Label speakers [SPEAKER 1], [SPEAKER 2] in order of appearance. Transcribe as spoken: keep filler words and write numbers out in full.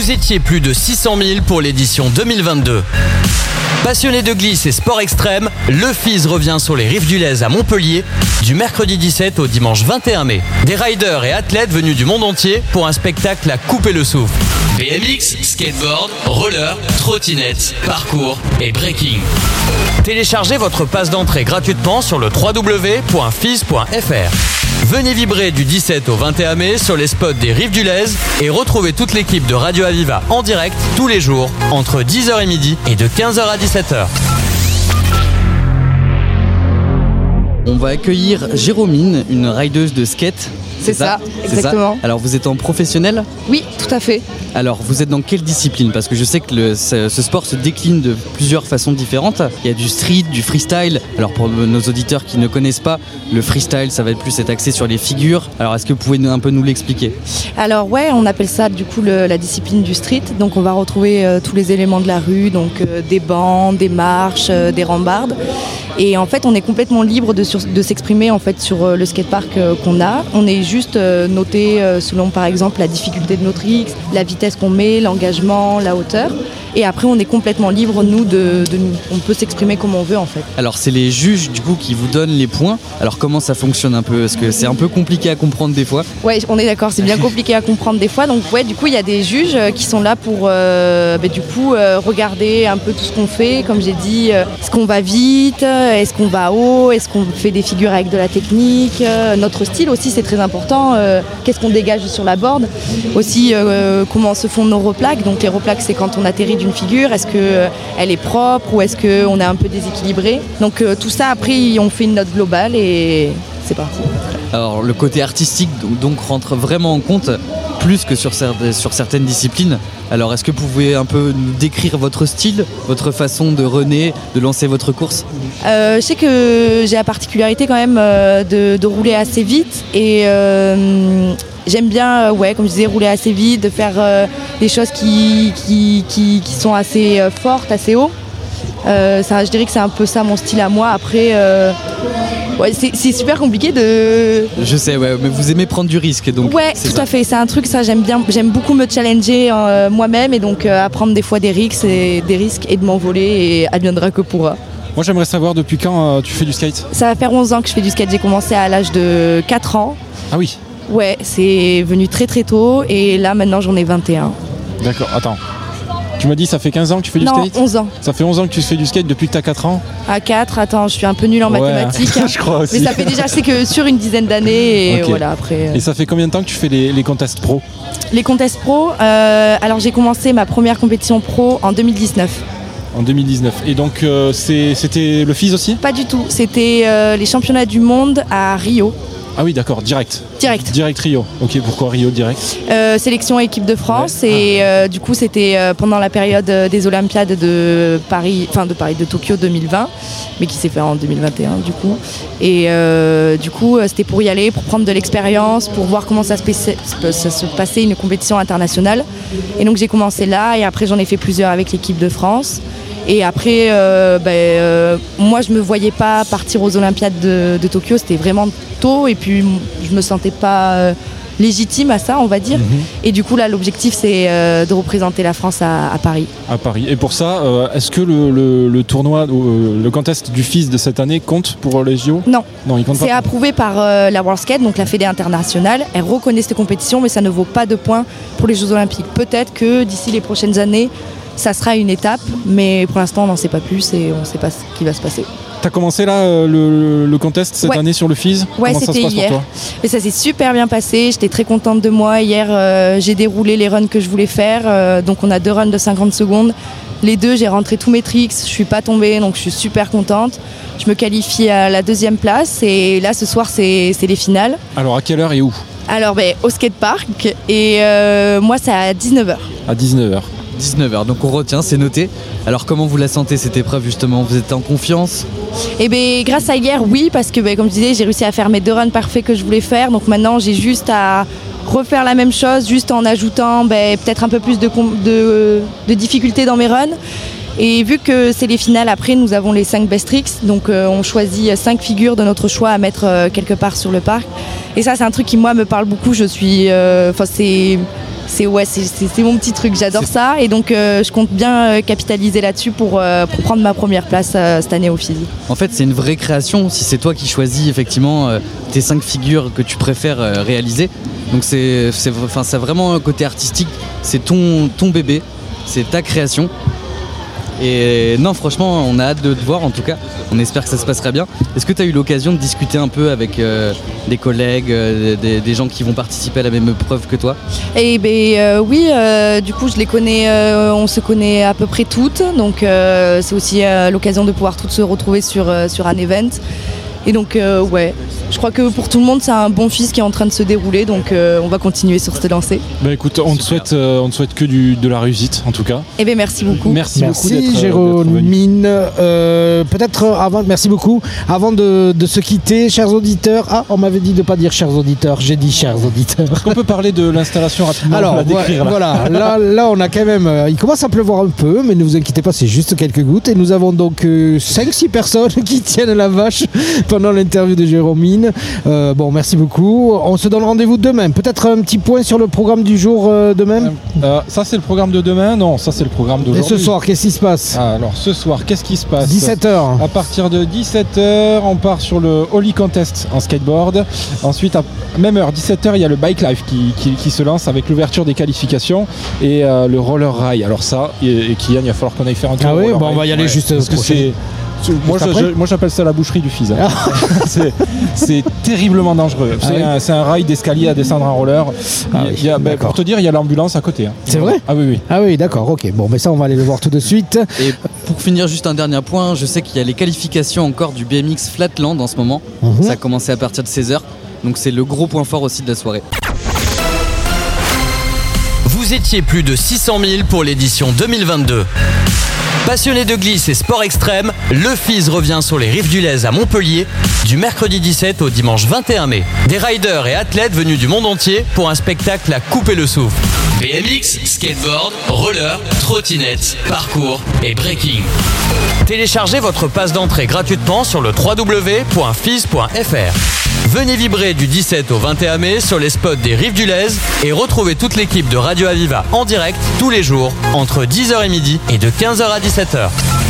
[SPEAKER 1] Vous étiez plus de six cent mille pour l'édition deux mille vingt-deux. Passionné de glisse et sport extrême, le F I S revient sur les rives du Lez à Montpellier du mercredi dix-sept au dimanche vingt et un mai. Des riders et athlètes venus du monde entier pour un spectacle à couper le souffle. B M X, skateboard, roller, trottinette, parcours et breaking. Téléchargez votre passe d'entrée gratuitement sur le w w w point f i s point f r. Venez vibrer du dix-sept au vingt et un mai sur les spots des rives du Lez et retrouvez toute l'équipe de Radio Aviva en direct tous les jours entre dix heures et midi et de quinze heures à dix-sept heures.
[SPEAKER 2] On va accueillir Jérômine, une rideuse de skate.
[SPEAKER 3] C'est, c'est ça, ça, exactement.
[SPEAKER 2] Ça. Alors vous êtes en professionnel ?
[SPEAKER 3] Oui, tout à fait.
[SPEAKER 2] Alors vous êtes dans quelle discipline ? Parce que je sais que le, ce, ce sport se décline de plusieurs façons différentes. Il y a du street, du freestyle. Alors pour nos auditeurs qui ne connaissent pas, le freestyle, ça va être plus être axé sur les figures. Alors est-ce que vous pouvez un peu nous l'expliquer ?
[SPEAKER 3] Alors ouais, on appelle ça du coup le, la discipline du street. Donc on va retrouver euh, tous les éléments de la rue, donc euh, des bancs, des marches, euh, des rambardes. Et en fait, on est complètement libre de, sur, de s'exprimer en fait sur euh, le skatepark euh, qu'on a. On est juste euh, noté euh, selon par exemple la difficulté de notre X, la vitesse qu'on met, l'engagement, la hauteur. Et après, on est complètement libre, nous, de, de on peut s'exprimer comme on veut, en fait.
[SPEAKER 2] Alors, c'est les juges, du coup, qui vous donnent les points. Alors, comment ça fonctionne un peu ? Est-ce que c'est un peu compliqué à comprendre des fois ?
[SPEAKER 3] Ouais, on est d'accord, c'est bien compliqué à comprendre des fois. Donc, ouais, du coup, il y a des juges qui sont là pour, euh, bah, du coup, euh, regarder un peu tout ce qu'on fait. Comme j'ai dit, euh, est-ce qu'on va vite ? Est-ce qu'on va haut ? Est-ce qu'on fait des figures avec de la technique ? euh, Notre style aussi, c'est très important. Euh, qu'est-ce qu'on dégage sur la board ? Aussi, euh, comment se font nos replaques ? Donc, les replaques, c'est quand on atterrit une figure, est-ce qu'elle euh, est propre ou est-ce qu'on est un peu déséquilibré. Donc euh, tout ça, après, on fait une note globale et c'est parti.
[SPEAKER 2] Alors le côté artistique donc, donc rentre vraiment en compte plus que sur, sur certaines disciplines. Alors est-ce que vous pouvez un peu nous décrire votre style, votre façon de runner, de lancer votre course ?
[SPEAKER 3] euh, Je sais que j'ai la particularité quand même euh, de, de rouler assez vite et euh, j'aime bien, ouais, comme je disais, rouler assez vite, de faire euh, des choses qui, qui, qui, qui sont assez euh, fortes, assez haut. Euh, ça, je dirais que c'est un peu ça mon style à moi. Après, euh, ouais, c'est, c'est super compliqué de...
[SPEAKER 2] Je sais, ouais, mais vous aimez prendre du risque, donc...
[SPEAKER 3] Ouais, tout
[SPEAKER 2] ça.
[SPEAKER 3] à fait. C'est un truc, ça, j'aime bien. J'aime beaucoup me challenger euh, moi-même et donc euh, apprendre des fois des risques, et, des risques et de m'envoler et adviendra que pourra.
[SPEAKER 4] Moi, j'aimerais savoir depuis quand euh, tu fais du skate ?
[SPEAKER 3] Ça va faire onze ans que je fais du skate. J'ai commencé à l'âge de quatre ans.
[SPEAKER 4] Ah oui ?
[SPEAKER 3] Ouais, c'est venu très très tôt et là maintenant j'en ai vingt et un.
[SPEAKER 4] D'accord, attends. Tu m'as dit ça fait quinze ans que tu fais du
[SPEAKER 3] non,
[SPEAKER 4] skate ?
[SPEAKER 3] onze ans.
[SPEAKER 4] Ça fait onze ans que tu fais du skate depuis que tu as quatre ans ?
[SPEAKER 3] À quatre, attends, je suis un peu nulle en
[SPEAKER 4] ouais,
[SPEAKER 3] mathématiques. Hein.
[SPEAKER 4] Je crois aussi.
[SPEAKER 3] Mais ça fait déjà, je sais que sur une dizaine d'années et okay. Voilà après.
[SPEAKER 4] Et ça fait combien de temps que tu fais les, les contests pro ?
[SPEAKER 3] Les contests pro, euh, alors j'ai commencé ma première compétition pro en deux mille dix-neuf.
[SPEAKER 4] En deux mille dix-neuf. Et donc euh, c'est, c'était le F I S aussi ?
[SPEAKER 3] Pas du tout, c'était euh, les championnats du monde à Rio.
[SPEAKER 4] Ah oui, d'accord, direct.
[SPEAKER 3] Direct.
[SPEAKER 4] Direct Rio. Ok, pourquoi Rio direct ?
[SPEAKER 3] euh, Sélection équipe de France ouais. Et
[SPEAKER 4] ah.
[SPEAKER 3] euh, du coup c'était euh, pendant la période des Olympiades de Paris, enfin de Paris, de Tokyo deux mille vingt, mais qui s'est fait en deux mille vingt et un du coup. Et euh, du coup c'était pour y aller, pour prendre de l'expérience, pour voir comment ça se, passait, ça se passait une compétition internationale. Et donc j'ai commencé là et après j'en ai fait plusieurs avec l'équipe de France. Et après, euh, ben, euh, moi je me voyais pas partir aux Olympiades de, de Tokyo, c'était vraiment tôt et puis je me sentais pas euh, légitime à ça, on va dire. Mm-hmm. Et du coup là, l'objectif c'est euh, de représenter la France à, à Paris.
[SPEAKER 4] À Paris. Et pour ça, euh, est-ce que le, le, le tournoi, euh, le contest du F I S de cette année compte pour les J O ?
[SPEAKER 3] Non.
[SPEAKER 4] Non, il compte pas.
[SPEAKER 3] C'est approuvé par euh, la World Skate, donc la Fédé internationale. Elle reconnaît cette compétition, mais ça ne vaut pas de points pour les Jeux Olympiques. Peut-être que d'ici les prochaines années, ça sera une étape, mais pour l'instant on n'en sait pas plus et on ne sait pas ce qui va se passer.
[SPEAKER 4] T'as commencé là euh, le, le contest cette
[SPEAKER 3] ouais.
[SPEAKER 4] année sur le F I S ?
[SPEAKER 3] Ouais,
[SPEAKER 4] Comment
[SPEAKER 3] c'était
[SPEAKER 4] ça se passe
[SPEAKER 3] hier.
[SPEAKER 4] Pour toi ?
[SPEAKER 3] Et ça s'est super bien passé, j'étais très contente de moi. Hier euh, j'ai déroulé les runs que je voulais faire, euh, donc on a deux runs de cinquante secondes. Les deux, j'ai rentré tous mes tricks, je suis pas tombée, donc je suis super contente. Je me qualifie à la deuxième place et là ce soir c'est, c'est les finales.
[SPEAKER 4] Alors à quelle heure et où ?
[SPEAKER 3] Alors ben, au skatepark et euh, moi c'est à dix-neuf heures.
[SPEAKER 4] À dix-neuf heures.
[SPEAKER 2] dix-neuf heures, donc on retient, c'est noté. Alors comment vous la sentez cette épreuve justement ? Vous êtes en confiance ?
[SPEAKER 3] Eh bien grâce à hier, oui, parce que ben, comme je disais, j'ai réussi à faire mes deux runs parfaits que je voulais faire. Donc maintenant j'ai juste à refaire la même chose, juste en ajoutant ben, peut-être un peu plus de, de, de difficultés dans mes runs. Et vu que c'est les finales, après nous avons les cinq best tricks, donc euh, on choisit cinq figures de notre choix à mettre euh, quelque part sur le parc. Et ça c'est un truc qui moi me parle beaucoup, je suis, enfin euh, c'est... c'est ouais, c'est, c'est, c'est mon petit truc, j'adore c'est... ça. Et donc euh, je compte bien euh, capitaliser là-dessus pour, euh, pour prendre ma première place euh, cette année au F I S.
[SPEAKER 2] En fait, c'est une vraie création. Si c'est toi qui choisis effectivement euh, tes cinq figures que tu préfères euh, réaliser. Donc c'est, c'est, enfin, c'est vraiment un côté artistique. C'est ton, ton bébé, c'est ta création. Et non, franchement, on a hâte de te voir en tout cas. On espère que ça se passera bien. Est-ce que tu as eu l'occasion de discuter un peu avec euh, des collègues, euh, des, des gens qui vont participer à la même épreuve que toi ?
[SPEAKER 3] Eh ben euh, oui, euh, du coup je les connais, euh, on se connaît à peu près toutes. Donc euh, c'est aussi euh, l'occasion de pouvoir toutes se retrouver sur, euh, sur un event. Et donc euh, ouais, je crois que pour tout le monde c'est un bon F I S qui est en train de se dérouler, donc euh, on va continuer sur cette lancée.
[SPEAKER 4] Bah écoute, on te souhaite, euh, on te souhaite que du, de la réussite en tout cas.
[SPEAKER 3] Eh bien merci beaucoup.
[SPEAKER 4] Merci,
[SPEAKER 5] merci
[SPEAKER 4] beaucoup d'être,
[SPEAKER 5] Jérôme. Euh, peut-être avant, merci beaucoup. Avant de, de se quitter, chers auditeurs. Ah, on m'avait dit de ne pas dire chers auditeurs. J'ai dit chers auditeurs.
[SPEAKER 4] Est-ce qu'on peut parler de l'installation rapidement?
[SPEAKER 5] Alors
[SPEAKER 4] la décrire,
[SPEAKER 5] ouais,
[SPEAKER 4] là.
[SPEAKER 5] voilà, là, là on a quand même. Euh, il commence à pleuvoir un peu, mais ne vous inquiétez pas, c'est juste quelques gouttes. Et nous avons donc euh, cinq six personnes qui tiennent la vache pendant l'interview de Jérôme. Euh, bon, merci beaucoup. On se donne rendez-vous demain. Peut-être un petit point sur le programme du jour euh, demain.
[SPEAKER 4] Euh, ça c'est le programme de demain? Non, ça c'est le programme d'aujourd'hui.
[SPEAKER 5] Et ce soir, qu'est-ce qui se passe?
[SPEAKER 4] Ah, alors ce soir, qu'est-ce qui se passe?
[SPEAKER 5] dix-sept heures.
[SPEAKER 4] À partir de dix-sept heures, on part sur le Holy Contest en skateboard. Ensuite, à même heure, dix-sept heures, il y a le Bike Life qui, qui, qui se lance avec l'ouverture des qualifications et euh, le Roller Rail. Alors ça, et, et Kylian, il va falloir qu'on aille faire un tour.
[SPEAKER 5] Ah oui, bon, on va y aller ouais, juste
[SPEAKER 4] parce que c'est Moi, je, je, moi j'appelle ça la boucherie du F I S. Hein. c'est, c'est terriblement dangereux. Ah c'est, oui. un, c'est un rail d'escalier à descendre en roller. Ah il y a, oui, bah, pour te dire, il y a l'ambulance à côté. Hein.
[SPEAKER 5] C'est vrai?
[SPEAKER 4] Ah oui, oui.
[SPEAKER 5] Ah oui, d'accord, ok. Bon, mais ça, on va aller le voir tout de suite.
[SPEAKER 2] Et pour finir, juste un dernier point, je sais qu'il y a les qualifications encore du B M X Flatland en ce moment. Mm-hmm. Ça a commencé à partir de seize heures. Donc c'est le gros point fort aussi de la soirée.
[SPEAKER 1] Vous étiez plus de six cent mille pour l'édition deux mille vingt-deux. Passionné de glisse et sport extrême, le F I S revient sur les rives du Lez à Montpellier du mercredi dix-sept au dimanche vingt et un mai. Des riders et athlètes venus du monde entier pour un spectacle à couper le souffle. B M X, skateboard, roller, trottinette, parcours et breaking. Téléchargez votre passe d'entrée gratuitement sur le w w w point f i s point f r. Venez vibrer du dix-sept au vingt et un mai sur les spots des rives du Lez et retrouvez toute l'équipe de Radio Aviva en direct tous les jours entre dix heures et midi et de quinze heures à dix-sept heures.